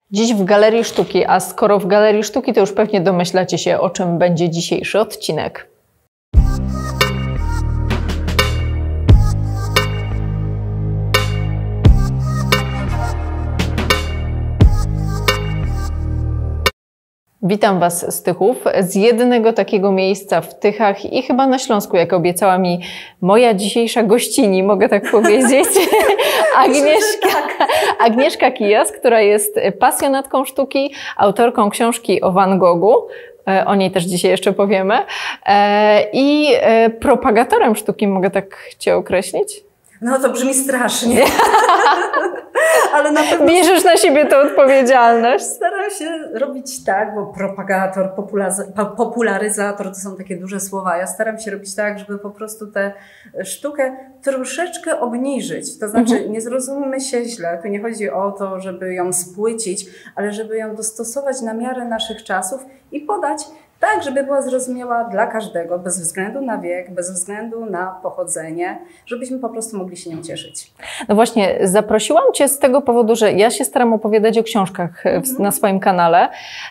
Dziś w Galerii Sztuki, a skoro w Galerii Sztuki, to już pewnie domyślacie się, o czym będzie dzisiejszy odcinek. Witam Was z Tychów, z jedynego takiego miejsca w Tychach i chyba na Śląsku, jak obiecała mi moja dzisiejsza gościni, mogę tak powiedzieć, Agnieszka Kijas, która jest pasjonatką sztuki, autorką książki o Van Goghu, o niej też dzisiaj jeszcze powiemy, i propagatorem sztuki, mogę tak Cię określić? No to brzmi strasznie. Ale na pewno bierzesz na siebie tę odpowiedzialność. Staram się robić tak, bo propagator, popularyzator to są takie duże słowa. Ja staram się robić tak, żeby po prostu tę sztukę troszeczkę obniżyć. To znaczy, nie zrozummy się źle. Tu nie chodzi o to, żeby ją spłycić, ale żeby ją dostosować na miarę naszych czasów i podać tak, żeby była zrozumiała dla każdego, bez względu na wiek, bez względu na pochodzenie, żebyśmy po prostu mogli się nią cieszyć. No właśnie, zaprosiłam Cię z tego powodu, że ja się staram opowiadać o książkach na swoim kanale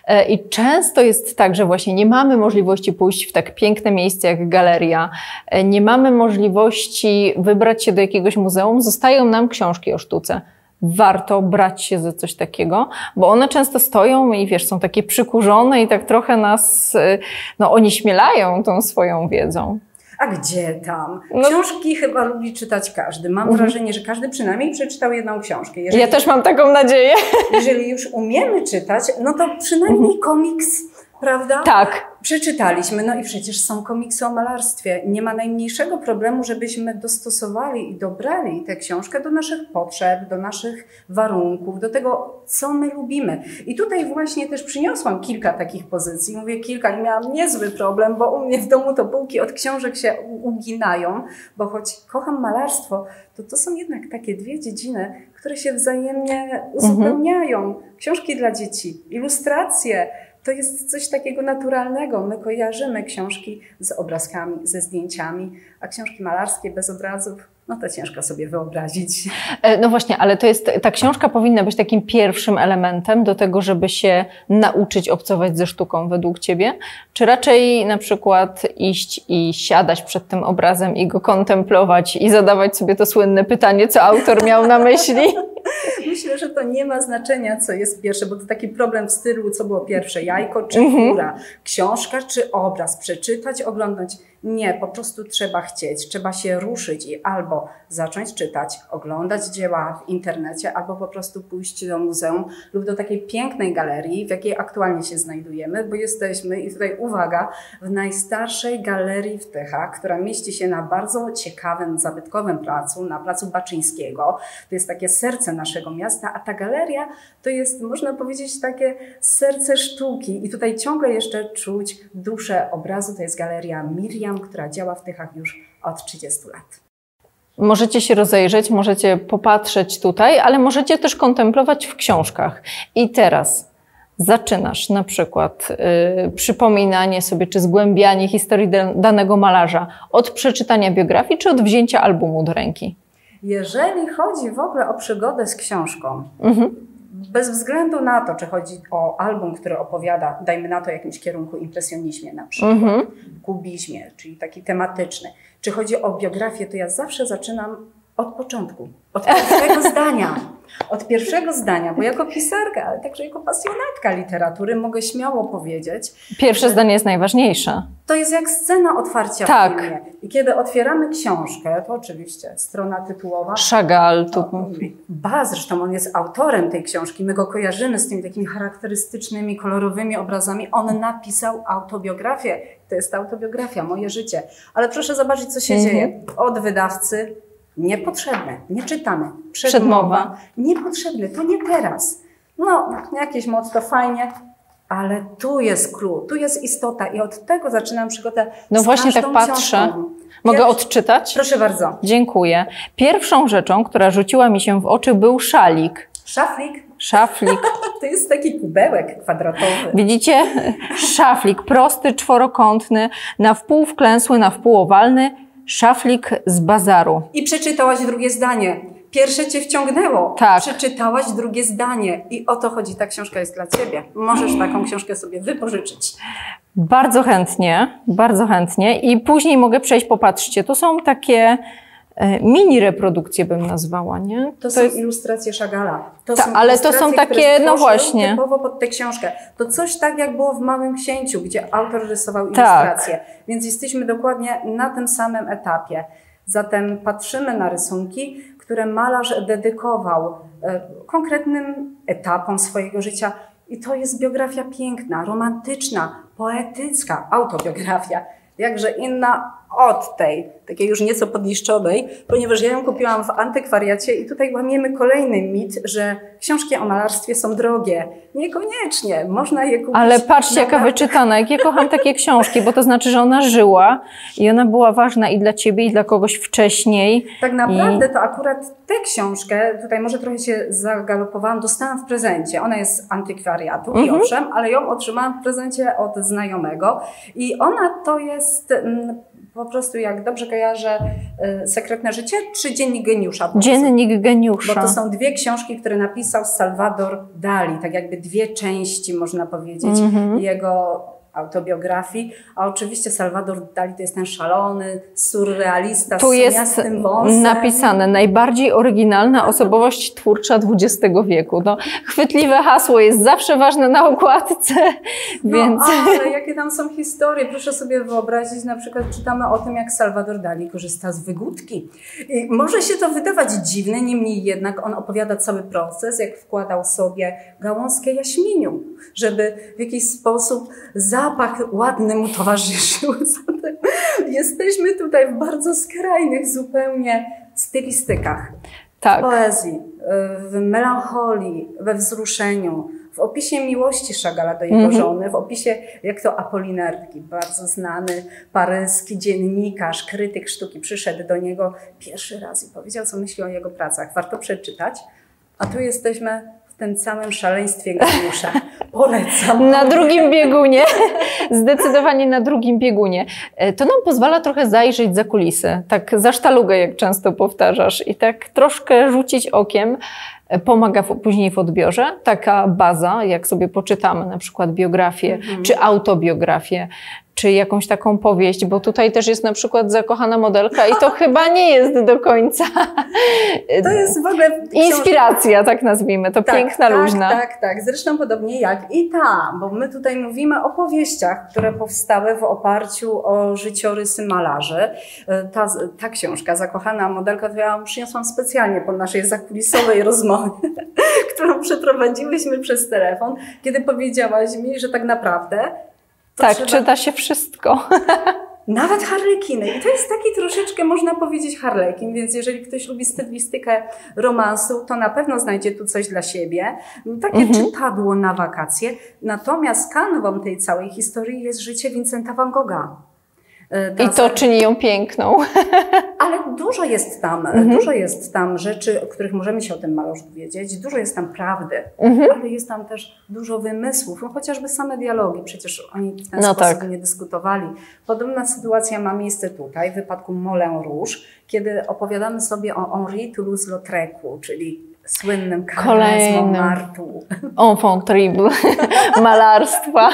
i często jest tak, że właśnie nie mamy możliwości pójść w tak piękne miejsce jak galeria, nie mamy możliwości wybrać się do jakiegoś muzeum, zostają nam książki o sztuce. Warto brać się za coś takiego, bo one często stoją i wiesz, są takie przykurzone i tak trochę nas, onieśmielają tą swoją wiedzą. A gdzie tam? Książki chyba lubi czytać każdy. Mam wrażenie, że każdy przynajmniej przeczytał jedną książkę. Ja też mam taką nadzieję. Jeżeli już umiemy czytać, no to przynajmniej komiks, prawda? Tak. Przeczytaliśmy, no i przecież są komiksy o malarstwie. Nie ma najmniejszego problemu, żebyśmy dostosowali i dobrali tę książkę do naszych potrzeb, do naszych warunków, do tego, co my lubimy. I tutaj właśnie też przyniosłam kilka takich pozycji. Mówię kilka i miałam niezły problem, bo u mnie w domu to półki od książek się uginają, bo choć kocham malarstwo, to są jednak takie dwie dziedziny, które się wzajemnie uzupełniają. Książki dla dzieci, ilustracje. To jest coś takiego naturalnego. My kojarzymy książki z obrazkami, ze zdjęciami, a książki malarskie bez obrazów, no to ciężko sobie wyobrazić. No właśnie, ale ta książka powinna być takim pierwszym elementem do tego, żeby się nauczyć obcować ze sztuką według Ciebie? Czy raczej na przykład iść i siadać przed tym obrazem i go kontemplować i zadawać sobie to słynne pytanie, co autor miał na myśli? Myślę, że to nie ma znaczenia, co jest pierwsze, bo to taki problem w stylu, co było pierwsze, jajko czy kura, książka czy obraz, przeczytać, oglądać. Nie, po prostu trzeba chcieć, trzeba się ruszyć i albo zacząć czytać, oglądać dzieła w internecie, albo po prostu pójść do muzeum lub do takiej pięknej galerii, w jakiej aktualnie się znajdujemy, bo jesteśmy, i tutaj uwaga, w najstarszej galerii w Tychach, która mieści się na bardzo ciekawym, zabytkowym placu, na placu Baczyńskiego. To jest takie serce naszego miasta, a ta galeria to jest, można powiedzieć, takie serce sztuki i tutaj ciągle jeszcze czuć duszę obrazu. To jest galeria Miriam, która działa w Tychach już od 30 lat. Możecie się rozejrzeć, możecie popatrzeć tutaj, ale możecie też kontemplować w książkach. I teraz zaczynasz na przykład przypominanie sobie, czy zgłębianie historii danego malarza od przeczytania biografii, czy od wzięcia albumu do ręki? Jeżeli chodzi w ogóle o przygodę z książką, bez względu na to, czy chodzi o album, który opowiada, dajmy na to, jakimś kierunku impresjonizmie na przykład, kubizmie, czyli taki tematyczny, czy chodzi o biografię, to ja zawsze zaczynam od początku, od pierwszego zdania. Od pierwszego zdania, bo jako pisarka, ale także jako pasjonatka literatury mogę śmiało powiedzieć. Pierwsze zdanie jest najważniejsze. To jest jak scena otwarcia w filmie. I kiedy otwieramy książkę, to oczywiście strona tytułowa. Chagall. Zresztą on jest autorem tej książki. My go kojarzymy z tymi takimi charakterystycznymi, kolorowymi obrazami. On napisał autobiografię. To jest autobiografia, moje życie. Ale proszę zobaczyć, co się dzieje. Od wydawcy. Niepotrzebne, nie czytamy. Przedmowa. Niepotrzebne, to nie teraz. No, jakieś motto fajnie, ale tu jest clue, tu jest istota i od tego zaczynam przygodę. No właśnie tak patrzę. Książką. Mogę odczytać? Proszę bardzo. Dziękuję. Pierwszą rzeczą, która rzuciła mi się w oczy, był szalik. Szaflik. To jest taki kubełek kwadratowy. Widzicie? Szaflik, prosty, czworokątny, na wpół wklęsły, na wpół owalny. Szaflik z bazaru. I przeczytałaś drugie zdanie. Pierwsze cię wciągnęło, Tak. przeczytałaś drugie zdanie i o to chodzi, ta książka jest dla ciebie. Możesz taką książkę sobie wypożyczyć. Bardzo chętnie i później mogę przejść, popatrzcie, to są takie mini reprodukcje bym nazwała, nie? To są ilustracje Chagalla. Ale to są takie, no właśnie. Typowo pod tę książkę. To coś tak jak było w Małym Księciu, gdzie autor rysował ilustracje. Więc jesteśmy dokładnie na tym samym etapie. Zatem patrzymy na rysunki, które malarz dedykował konkretnym etapom swojego życia. I to jest biografia piękna, romantyczna, poetycka, autobiografia. Jakże inna od tej, takiej już nieco podniszczonej, ponieważ ja ją kupiłam w antykwariacie i tutaj łamiemy kolejny mit, że książki o malarstwie są drogie. Niekoniecznie, można je kupić. Ale patrzcie, jaka wyczytana, jak ja kocham takie książki, bo to znaczy, że ona żyła i ona była ważna i dla ciebie, i dla kogoś wcześniej. Tak naprawdę to akurat tę książkę, tutaj może trochę się zagalopowałam, dostałam w prezencie. Ona jest z antykwariatu i owszem, ale ją otrzymałam w prezencie od znajomego i ona to jest po prostu, jak dobrze kojarzę, Sekretne życie czy Dziennik geniusza? Dziennik geniusza. Bo to są dwie książki, które napisał Salvador Dali, tak jakby dwie części, można powiedzieć, jego autobiografii, a oczywiście Salvador Dali to jest ten szalony, surrealista tu z jest jasnym wąsem. Napisane najbardziej oryginalna osobowość twórcza XX wieku. No, chwytliwe hasło jest zawsze ważne na okładce, więc... ale jakie tam są historie, proszę sobie wyobrazić, na przykład czytamy o tym, jak Salvador Dali korzysta z wygódki. I może się to wydawać dziwne, niemniej jednak on opowiada cały proces, jak wkładał sobie gałązkę jaśminiu, żeby w jakiś sposób zapach ładny mu towarzyszył. Zatem jesteśmy tutaj w bardzo skrajnych zupełnie stylistykach. Tak. W poezji, w melancholii, we wzruszeniu, w opisie miłości Chagalla do jego żony, w opisie, jak to Apollinaire, taki bardzo znany paryski dziennikarz, krytyk sztuki, przyszedł do niego pierwszy raz i powiedział, co myśli o jego pracach. Warto przeczytać. A tu jesteśmy w tym samym szaleństwie geniusza. Polecam. Na drugim biegunie. Zdecydowanie na drugim biegunie. To nam pozwala trochę zajrzeć za kulisy. Tak za sztalugę, jak często powtarzasz. I tak troszkę rzucić okiem. Pomaga później w odbiorze. Taka baza, jak sobie poczytamy na przykład biografię, czy autobiografię, czy jakąś taką powieść, bo tutaj też jest na przykład zakochana modelka i to chyba nie jest do końca. To jest w ogóle inspiracja, tak nazwijmy, to tak, piękna, luźna. Tak. Zresztą podobnie jak i ta, bo my tutaj mówimy o powieściach, które powstały w oparciu o życiorysy malarzy. Ta książka, Zakochana modelka, to ja ją przyniosłam specjalnie po naszej zakulisowej rozmowie, którą przeprowadziłyśmy przez telefon, kiedy powiedziałaś mi, że tak naprawdę tak, czyta się wszystko. Nawet harlekiny. I to jest taki troszeczkę, można powiedzieć, harlekin, więc jeżeli ktoś lubi stylistykę romansu, to na pewno znajdzie tu coś dla siebie. Takie czytadło na wakacje. Natomiast kanwą tej całej historii jest życie Vincenta van Gogha. I to czyni ją piękną. Ale dużo jest tam rzeczy, o których możemy się o tym malarzu dowiedzieć. Dużo jest tam prawdy, ale jest tam też dużo wymysłów. No, chociażby same dialogi, przecież oni w ten sposób nie dyskutowali. Podobna sytuacja ma miejsce tutaj, w wypadku Moulin Rouge, kiedy opowiadamy sobie o Henri Toulouse-Lautrecu, czyli słynnym Carré z Montmartru. Enfant terrible malarstwa.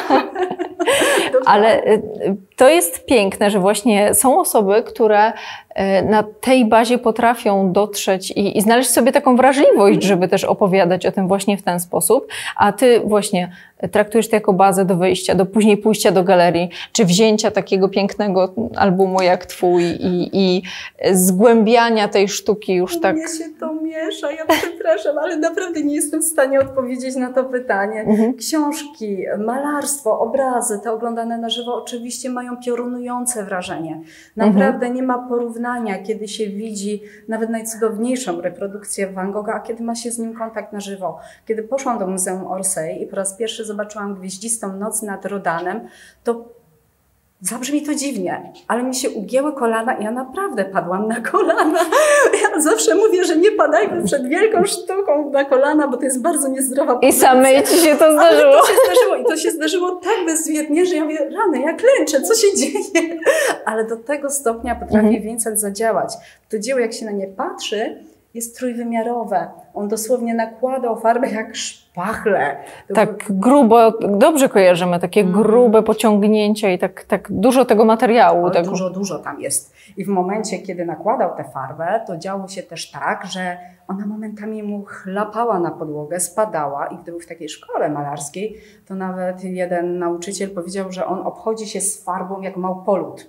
Ale to jest piękne, że właśnie są osoby, które na tej bazie potrafią dotrzeć i znaleźć sobie taką wrażliwość, żeby też opowiadać o tym właśnie w ten sposób, a ty właśnie traktujesz to jako bazę do wyjścia, do później pójścia do galerii, czy wzięcia takiego pięknego albumu jak twój i zgłębiania tej sztuki już tak. Mnie się to miesza, ja przepraszam, ale naprawdę nie jestem w stanie odpowiedzieć na to pytanie. Książki, malarstwo, obrazy, te oglądane na żywo oczywiście mają piorunujące wrażenie. Naprawdę nie ma porównania, kiedy się widzi nawet najcudowniejszą reprodukcję Van Gogha, a kiedy ma się z nim kontakt na żywo. Kiedy poszłam do Muzeum Orsay i po raz pierwszy zobaczyłam gwieździstą noc nad Rodanem, to zabrzmi to dziwnie, ale mi się ugięły kolana i ja naprawdę padłam na kolana. Ja zawsze mówię, że nie padajmy przed wielką sztuką na kolana, bo to jest bardzo niezdrowa pozycja. I samej ci się to zdarzyło. I to się zdarzyło tak bezwiednie, że ja mówię, rany, ja klęczę, co się dzieje? Ale do tego stopnia potrafi Vincent zadziałać. To dzieło, jak się na nie patrzy, jest trójwymiarowe. On dosłownie nakładał farbę jak szpachle. Tak grubo, dobrze kojarzymy, takie grube pociągnięcia i tak dużo tego materiału. Ale dużo tam jest. I w momencie, kiedy nakładał tę farbę, to działo się też tak, że ona momentami mu chlapała na podłogę, spadała i gdy był w takiej szkole malarskiej, to nawet jeden nauczyciel powiedział, że on obchodzi się z farbą jak małpolud.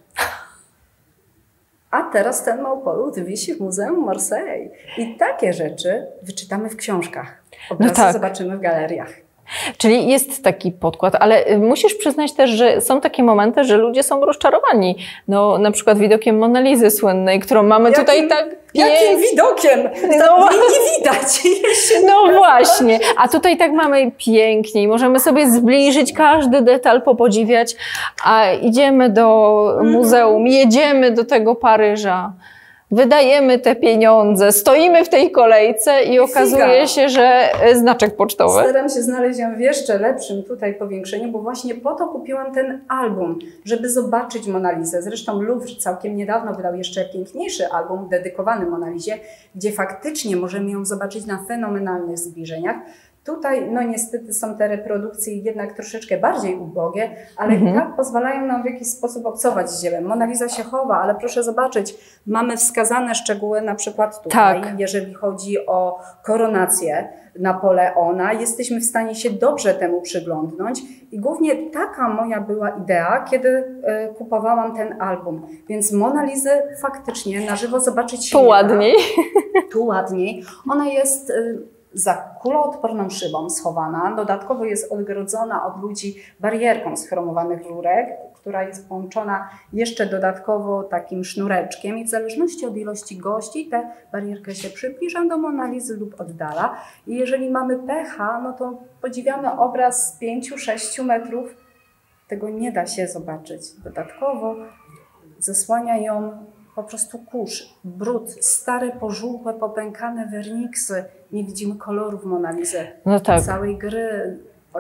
A teraz ten małpolud wisi w Muzeum Marseille. I takie rzeczy wyczytamy w książkach. Obrazy zobaczymy w galeriach. Czyli jest taki podkład, ale musisz przyznać też, że są takie momenty, że ludzie są rozczarowani. No, na przykład widokiem Mona Lisy słynnej, którą mamy tutaj tak Jakim widokiem? No, nie widać. No właśnie, a tutaj tak mamy pięknie i możemy sobie zbliżyć każdy detal, popodziwiać, a idziemy do muzeum, jedziemy do tego Paryża, wydajemy te pieniądze, stoimy w tej kolejce i okazuje się, że znaczek pocztowy. Staram się znaleźć ją w jeszcze lepszym tutaj powiększeniu, bo właśnie po to kupiłam ten album, żeby zobaczyć Monę Lisę. Zresztą Louvre całkiem niedawno wydał jeszcze piękniejszy album dedykowany Monie Lisie, gdzie faktycznie możemy ją zobaczyć na fenomenalnych zbliżeniach. Tutaj, no niestety są te reprodukcje jednak troszeczkę bardziej ubogie, ale i tak pozwalają nam w jakiś sposób obcować z dziełem. Mona Lisa się chowa, ale proszę zobaczyć, mamy wskazane szczegóły na przykład tutaj, jeżeli chodzi o koronację Napoleona. Jesteśmy w stanie się dobrze temu przyglądnąć i głównie taka moja była idea, kiedy kupowałam ten album. Więc Mona Lisę faktycznie na żywo zobaczyć się tu ładniej. Tu ładniej. Ona jest za kuloodporną szybą schowana. Dodatkowo jest odgrodzona od ludzi barierką z chromowanych rurek, która jest połączona jeszcze dodatkowo takim sznureczkiem i w zależności od ilości gości tę barierkę się przybliża do Mona Lisy lub oddala. I jeżeli mamy pecha, no to podziwiamy obraz z 5-6 metrów. Tego nie da się zobaczyć. Dodatkowo zasłania ją po prostu kurz, brud, stare, pożółkłe, popękane werniksy. Nie widzimy kolorów Mona Lisy. No tak. Całej gry,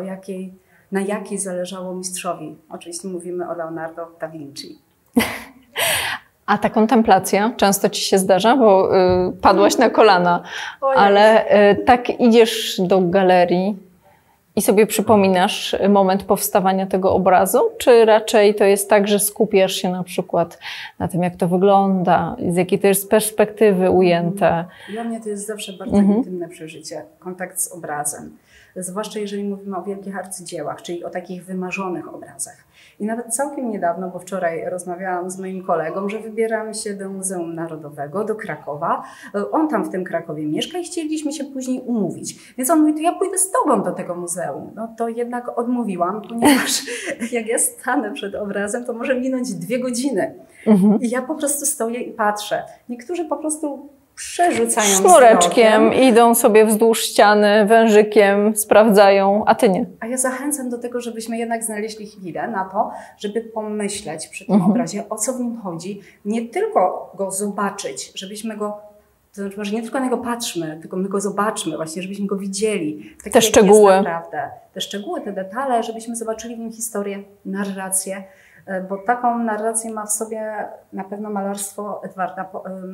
na jakiej zależało mistrzowi. Oczywiście mówimy o Leonardo da Vinci. A ta kontemplacja często ci się zdarza, bo padłaś na kolana, ale tak idziesz do galerii i sobie przypominasz moment powstawania tego obrazu? Czy raczej to jest tak, że skupiasz się na przykład na tym, jak to wygląda, z jakiej to jest perspektywy ujęte? Dla mnie to jest zawsze bardzo intymne przeżycie, kontakt z obrazem. Zwłaszcza jeżeli mówimy o wielkich arcydziełach, czyli o takich wymarzonych obrazach. I nawet całkiem niedawno, bo wczoraj rozmawiałam z moim kolegą, że wybieramy się do Muzeum Narodowego, do Krakowa. On tam w tym Krakowie mieszka i chcieliśmy się później umówić. Więc on mówi, to ja pójdę z tobą do tego muzeum. No to jednak odmówiłam, ponieważ jak ja stanę przed obrazem, to może minąć 2 godziny. I ja po prostu stoję i patrzę. Niektórzy po prostu przerzucają sznureczkiem, wzrokiem. idą sobie wzdłuż ściany, wężykiem, sprawdzają, a ty nie. A ja zachęcam do tego, żebyśmy jednak znaleźli chwilę na to, żeby pomyśleć przy tym obrazie, o co w nim chodzi. Nie tylko go zobaczyć, żebyśmy go, to znaczy może nie tylko na niego patrzmy, tylko my go zobaczmy właśnie, żebyśmy go widzieli. Tak te szczegóły. Jest naprawdę. Te szczegóły, te detale, żebyśmy zobaczyli w nim historię, narrację, bo taką narrację ma w sobie na pewno malarstwo Edwarda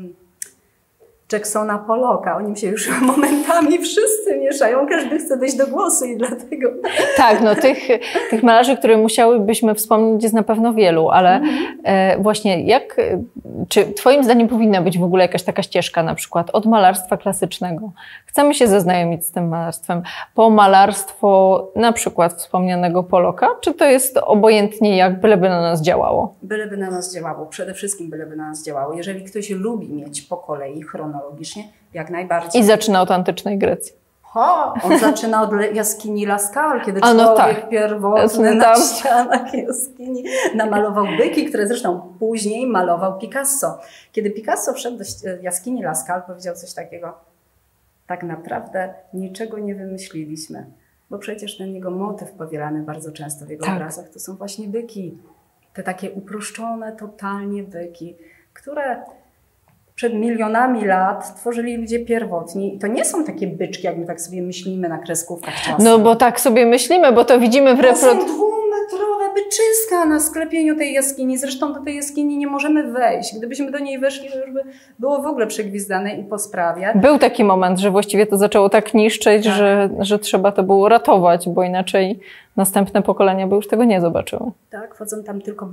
Jacksona Pollocka. O nim się już momentami wszyscy mieszają, każdy chce dojść do głosu i dlatego... Tak, no tych malarzy, które musiałybyśmy wspomnieć, jest na pewno wielu, ale właśnie czy twoim zdaniem powinna być w ogóle jakaś taka ścieżka na przykład od malarstwa klasycznego? Chcemy się zaznajomić z tym malarstwem, po malarstwo na przykład wspomnianego Pollocka, czy to jest obojętnie jak byleby na nas działało? Byleby na nas działało, przede wszystkim byleby na nas działało. Jeżeli ktoś lubi mieć po kolei chronologicznie, jak najbardziej. I zaczyna od antycznej Grecji. On zaczyna od jaskini Lascaux, kiedy człowiek pierwotny na ścianach jaskini namalował byki, które zresztą później malował Picasso. Kiedy Picasso wszedł do jaskini Lascaux, powiedział coś takiego: tak naprawdę niczego nie wymyśliliśmy, bo przecież ten jego motyw powielany bardzo często w jego obrazach to są właśnie byki. Te takie uproszczone totalnie byki, które przed milionami lat tworzyli ludzie pierwotni. I to nie są takie byczki, jak my tak sobie myślimy na kreskówkach czasu. No bo tak sobie myślimy, bo to widzimy w reprodukcji. To są 2-metrowe przeczyska na sklepieniu tej jaskini. Zresztą do tej jaskini nie możemy wejść. Gdybyśmy do niej weszli, to już by było w ogóle przegwizdane i po sprawie. Był taki moment, że właściwie to zaczęło tak niszczyć, tak. Że trzeba to było ratować, bo inaczej następne pokolenia by już tego nie zobaczyły. Tak, wchodzą tam tylko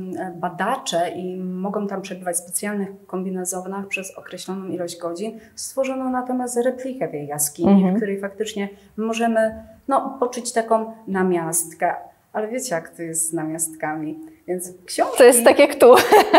badacze i mogą tam przebywać w specjalnych kombinezonach przez określoną ilość godzin. Stworzono natomiast replikę tej jaskini, w której faktycznie możemy poczuć taką namiastkę. Ale wiecie, jak to jest z namiastkami. Więc książki... To jest tak jak tu.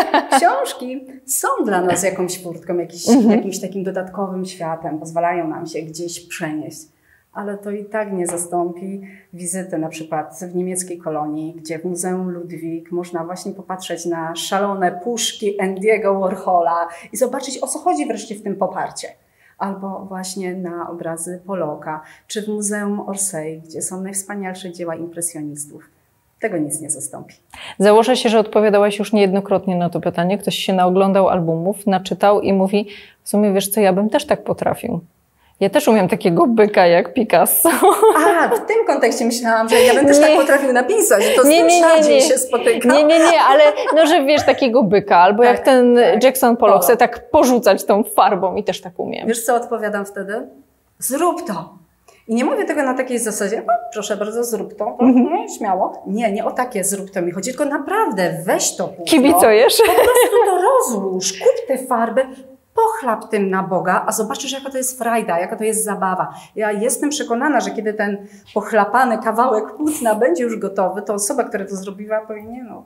Książki są dla nas jakąś furtką, jakimś takim dodatkowym światem. Pozwalają nam się gdzieś przenieść. Ale to i tak nie zastąpi wizyty na przykład w niemieckiej kolonii, gdzie w Muzeum Ludwik można właśnie popatrzeć na szalone puszki Andy'ego Warhola i zobaczyć, o co chodzi wreszcie w tym poparcie. Albo właśnie na obrazy Poloka, czy w Muzeum Orsay, gdzie są najwspanialsze dzieła impresjonistów. Tego nic nie zastąpi. Założę się, że odpowiadałaś już niejednokrotnie na to pytanie. Ktoś się naoglądał albumów, naczytał i mówi, w sumie wiesz co, ja bym też tak potrafił. Ja też umiem takiego byka jak Picasso. A, w tym kontekście myślałam, że ja bym też tak potrafił napisać. To z tym rzadziej się spotykam. Nie, ale że wiesz, takiego byka, albo tak, jak ten Jackson Pollock, chce tak porzucać tą farbą i też tak umiem. Wiesz co odpowiadam wtedy? Zrób to. I nie mówię tego na takiej zasadzie, proszę bardzo, zrób to, śmiało. Nie o takie zrób to mi chodzi, tylko naprawdę weź to płótno. Kibicujesz? Po prostu to rozłóż, kup te farby, pochlap tym na Boga, a zobaczysz, jaka to jest frajda, jaka to jest zabawa. Ja jestem przekonana, że kiedy ten pochlapany kawałek płótna będzie już gotowy, to osoba, która to zrobiła, powie,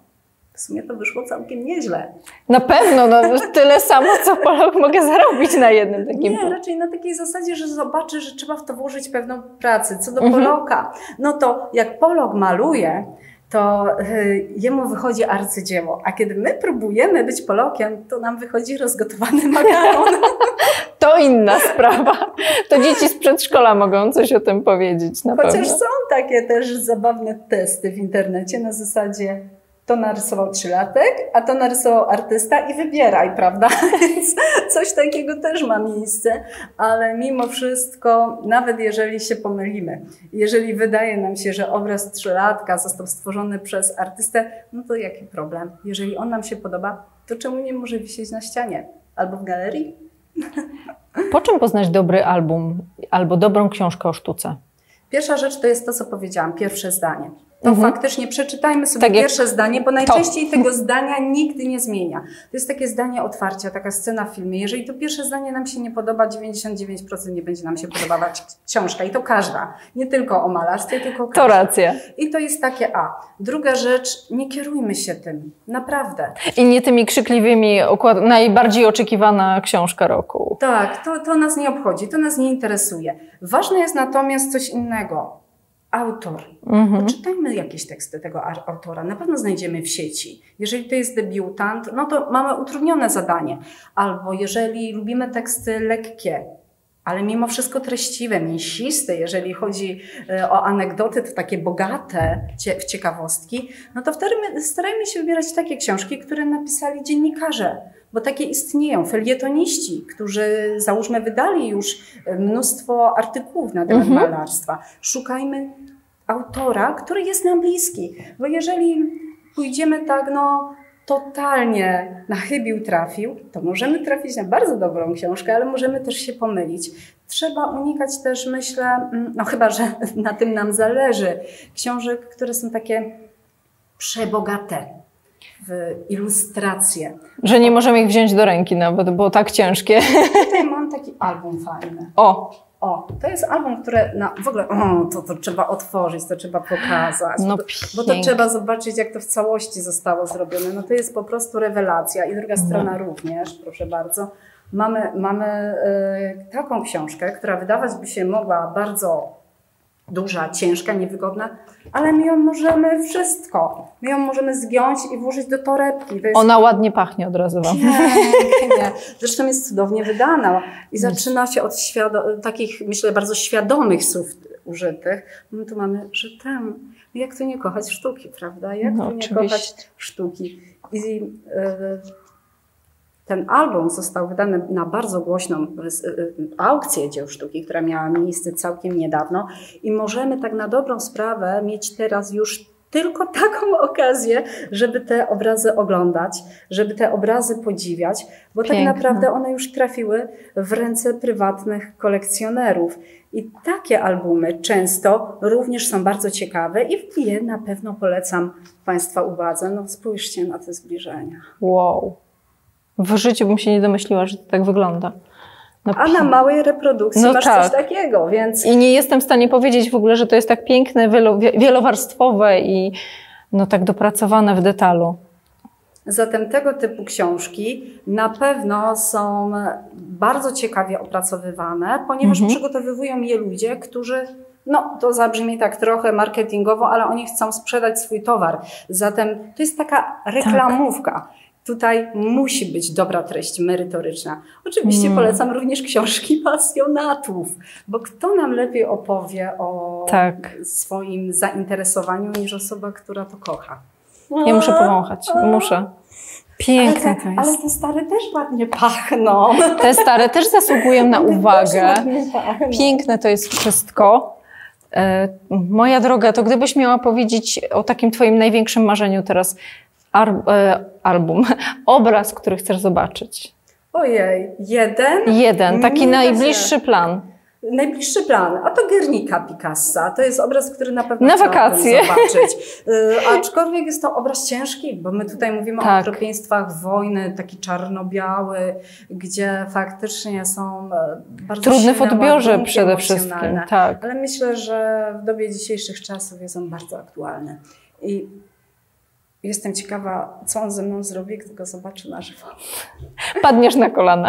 w sumie to wyszło całkiem nieźle. Na pewno, tyle samo, co Pollock mogę zarobić na jednym takim. Nie, raczej na takiej zasadzie, że zobaczy, że trzeba w to włożyć pewną pracę. Co do Pollocka, to jak Pollock maluje, to jemu wychodzi arcydzieło. A kiedy my próbujemy być Pollockiem, to nam wychodzi rozgotowany makaron. To inna sprawa. To dzieci z przedszkola mogą coś o tym powiedzieć na pewno. Chociaż są takie też zabawne testy w internecie na zasadzie to narysował 3-latek, a to narysował artysta i wybieraj, prawda? Więc coś takiego też ma miejsce, ale mimo wszystko, nawet jeżeli się pomylimy, jeżeli wydaje nam się, że obraz 3-latka został stworzony przez artystę, to jaki problem? Jeżeli on nam się podoba, to czemu nie może wisieć na ścianie albo w galerii? Po czym poznać dobry album albo dobrą książkę o sztuce? Pierwsza rzecz to jest to, co powiedziałam, pierwsze zdanie. To faktycznie przeczytajmy sobie pierwsze zdanie, bo najczęściej tego zdania nigdy nie zmienia. To jest takie zdanie otwarcia, taka scena w filmie. Jeżeli to pierwsze zdanie nam się nie podoba, 99% nie będzie nam się podobać książka. I to każda. Nie tylko o malarstwie, tylko każda. To racja. I to jest takie A. Druga rzecz, nie kierujmy się tym. Naprawdę. I nie tymi krzykliwymi, najbardziej oczekiwana książka roku. Tak, to nas nie obchodzi, to nas nie interesuje. Ważne jest natomiast coś innego. Autor. Poczytajmy jakieś teksty tego autora. Na pewno znajdziemy w sieci. Jeżeli to jest debiutant, to mamy utrudnione zadanie. Albo jeżeli lubimy teksty lekkie, ale mimo wszystko treściwe, mięsiste, jeżeli chodzi o anegdoty, to takie bogate w ciekawostki, to wtedy starajmy się wybierać takie książki, które napisali dziennikarze. Bo takie istnieją, felietoniści, którzy załóżmy wydali już mnóstwo artykułów na temat malarstwa. Szukajmy autora, który jest nam bliski. Bo jeżeli pójdziemy tak, totalnie na chybił trafił, to możemy trafić na bardzo dobrą książkę, ale możemy też się pomylić. Trzeba unikać też, myślę, chyba że na tym nam zależy, książek, które są takie przebogate w ilustracje. Że nie możemy ich wziąć do ręki nawet, bo tak ciężkie. Tutaj mam taki album fajny. To jest album, które w ogóle, to trzeba otworzyć, to trzeba pokazać, bo to trzeba zobaczyć, jak to w całości zostało zrobione. To jest po prostu rewelacja. I druga strona również, proszę bardzo. Mamy taką książkę, która wydawać by się mogła bardzo duża, ciężka, niewygodna, ale my ją możemy wszystko. My ją możemy zgiąć i włożyć do torebki. Ona ładnie pachnie, od razu wam. Nie. Zresztą jest cudownie wydana i zaczyna się od takich, myślę, bardzo świadomych słów użytych. My tu mamy, że jak tu nie kochać sztuki, prawda? Jak tu nie kochać sztuki? I ten album został wydany na bardzo głośną aukcję dzieł sztuki, która miała miejsce całkiem niedawno i możemy tak na dobrą sprawę mieć teraz już tylko taką okazję, żeby te obrazy oglądać, żeby te obrazy podziwiać, bo Piękne. tak naprawdę one już trafiły w ręce prywatnych kolekcjonerów. I takie albumy często również są bardzo ciekawe i je na pewno polecam Państwa uwadze. No spójrzcie na te zbliżenia. Wow. W życiu bym się nie domyśliła, że to tak wygląda. No, A na małej reprodukcji masz coś takiego, więc... I nie jestem w stanie powiedzieć w ogóle, że to jest tak piękne, wielowarstwowe i no tak dopracowane w detalu. Zatem tego typu książki na pewno są bardzo ciekawie opracowywane, ponieważ przygotowują je ludzie, którzy, no to zabrzmi tak trochę marketingowo, ale oni chcą sprzedać swój towar. Zatem to jest taka reklamówka. Tak. Tutaj musi być dobra treść merytoryczna. Oczywiście polecam również książki pasjonatów, bo kto nam lepiej opowie o swoim zainteresowaniu niż osoba, która to kocha. Ja muszę powąchać, muszę. Piękne to jest. Ale te stare też ładnie pachną. Te stare też zasługują na uwagę. Piękne to jest wszystko. Moja droga, to gdybyś miała powiedzieć o takim twoim największym marzeniu teraz, obraz, który chcesz zobaczyć. Ojej, jeden, taki najbliższy plan. Najbliższy plan, a to Guernica Picassa. To jest obraz, który na pewno na wakacje zobaczyć. Aczkolwiek jest to obraz ciężki, bo my tutaj mówimy o okropieństwach wojny, taki czarno-biały, gdzie faktycznie są bardzo trudny w odbiorze przede wszystkim. Tak. Ale myślę, że w dobie dzisiejszych czasów jest on bardzo aktualny. I jestem ciekawa, co on ze mną zrobi, gdy go zobaczy na żywo. Padniesz na kolana.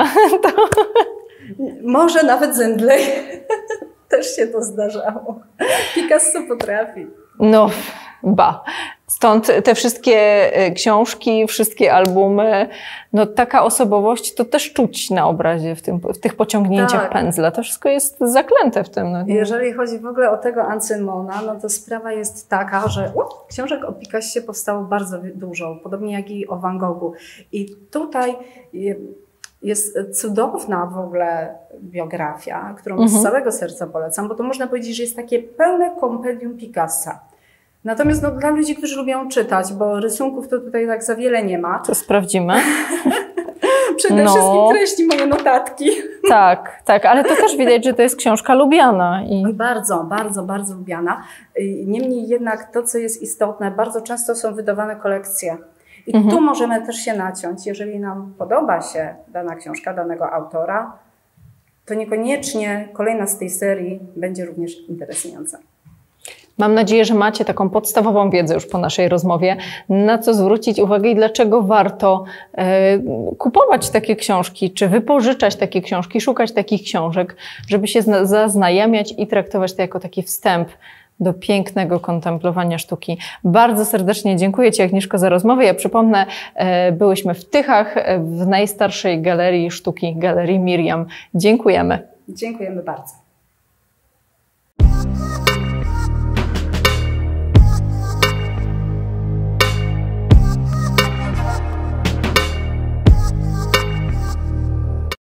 Może nawet zemdlej. Też się to zdarzało. Picasso potrafi. No, Stąd te wszystkie książki, wszystkie albumy, no taka osobowość to też czuć na obrazie, w tych pociągnięciach pędzla. To wszystko jest zaklęte w tym. No. Jeżeli chodzi w ogóle o tego Anselmona, no to sprawa jest taka, że książek o Picassie powstało bardzo dużo, podobnie jak i o Van Goghu. I tutaj jest cudowna w ogóle biografia, którą z całego serca polecam, bo to można powiedzieć, że jest takie pełne kompendium Picassa. Natomiast no, dla ludzi, którzy lubią czytać, bo rysunków to tutaj tak za wiele nie ma. To sprawdzimy. Przede wszystkim treści, moje notatki. Tak, ale to też widać, że to jest książka lubiana. Bardzo, bardzo, bardzo lubiana. Niemniej jednak to, co jest istotne, bardzo często są wydawane kolekcje. I tu możemy też się naciąć. Jeżeli nam podoba się dana książka, danego autora, to niekoniecznie kolejna z tej serii będzie również interesująca. Mam nadzieję, że macie taką podstawową wiedzę już po naszej rozmowie, na co zwrócić uwagę i dlaczego warto kupować takie książki, czy wypożyczać takie książki, szukać takich książek, żeby się zaznajamiać i traktować to jako taki wstęp do pięknego kontemplowania sztuki. Bardzo serdecznie dziękuję Ci, Agnieszko, za rozmowę. Ja przypomnę, byłyśmy w Tychach, w najstarszej galerii sztuki, Galerii Miriam. Dziękujemy. Dziękujemy bardzo.